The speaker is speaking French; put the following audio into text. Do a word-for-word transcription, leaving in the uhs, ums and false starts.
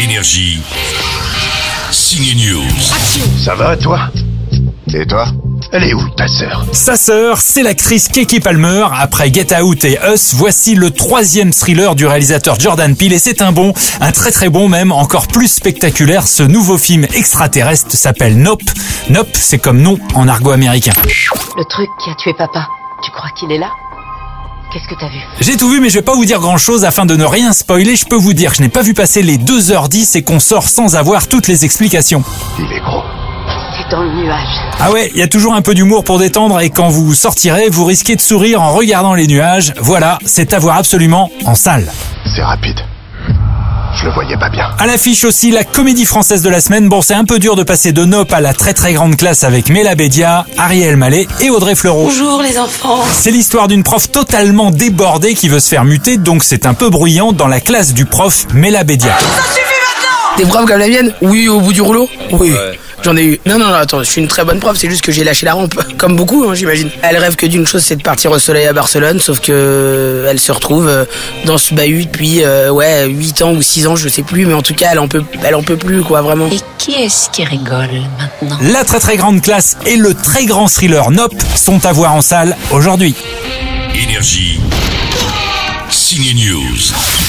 Énergie. Signe News. Ça va, toi? Et toi? Elle est où, ta sœur? Sa sœur, c'est l'actrice Keke Palmer. Après Get Out et Us, voici le troisième thriller du réalisateur Jordan Peele. Et c'est un bon, un très très bon même, encore plus spectaculaire. Ce nouveau film extraterrestre s'appelle Nope. Nope, c'est comme non en argot américain. Le truc qui a tué papa, tu crois qu'il est là? Qu'est-ce que t'as vu? J'ai tout vu, mais je vais pas vous dire grand chose afin de ne rien spoiler. Je peux vous dire que je n'ai pas vu passer les deux heures dix et qu'on sort sans avoir toutes les explications. Il est gros. C'est dans le nuage. Ah ouais, il y a toujours un peu d'humour pour détendre et quand vous sortirez, vous risquez de sourire en regardant les nuages. Voilà, c'est à voir absolument en salle. C'est rapide. Je le voyais pas bien. À l'affiche aussi, la comédie française de la semaine. Bon, c'est un peu dur de passer de Nope à la très très grande classe avec Mela Bédia, Ariel Mallet et Audrey Fleurot. Bonjour les enfants. C'est l'histoire d'une prof totalement débordée qui veut se faire muter, donc c'est un peu bruyant dans la classe du prof Mela Bédia. Des profs comme la mienne? Oui, au bout du rouleau? Oui. Ouais. J'en ai eu. Non, non, non, attends, je suis une très bonne prof, c'est juste que j'ai lâché la rampe. Comme beaucoup, hein, j'imagine. Elle rêve que d'une chose, c'est de partir au soleil à Barcelone, sauf que euh, elle se retrouve euh, dans ce bahut depuis euh, ouais, huit ans ou six ans, je sais plus, mais en tout cas, elle en peut, elle en peut plus, quoi, vraiment. Et qui est-ce qui rigole maintenant? La très très grande classe et le très grand thriller Nope sont à voir en salle aujourd'hui. Énergie. Signe News.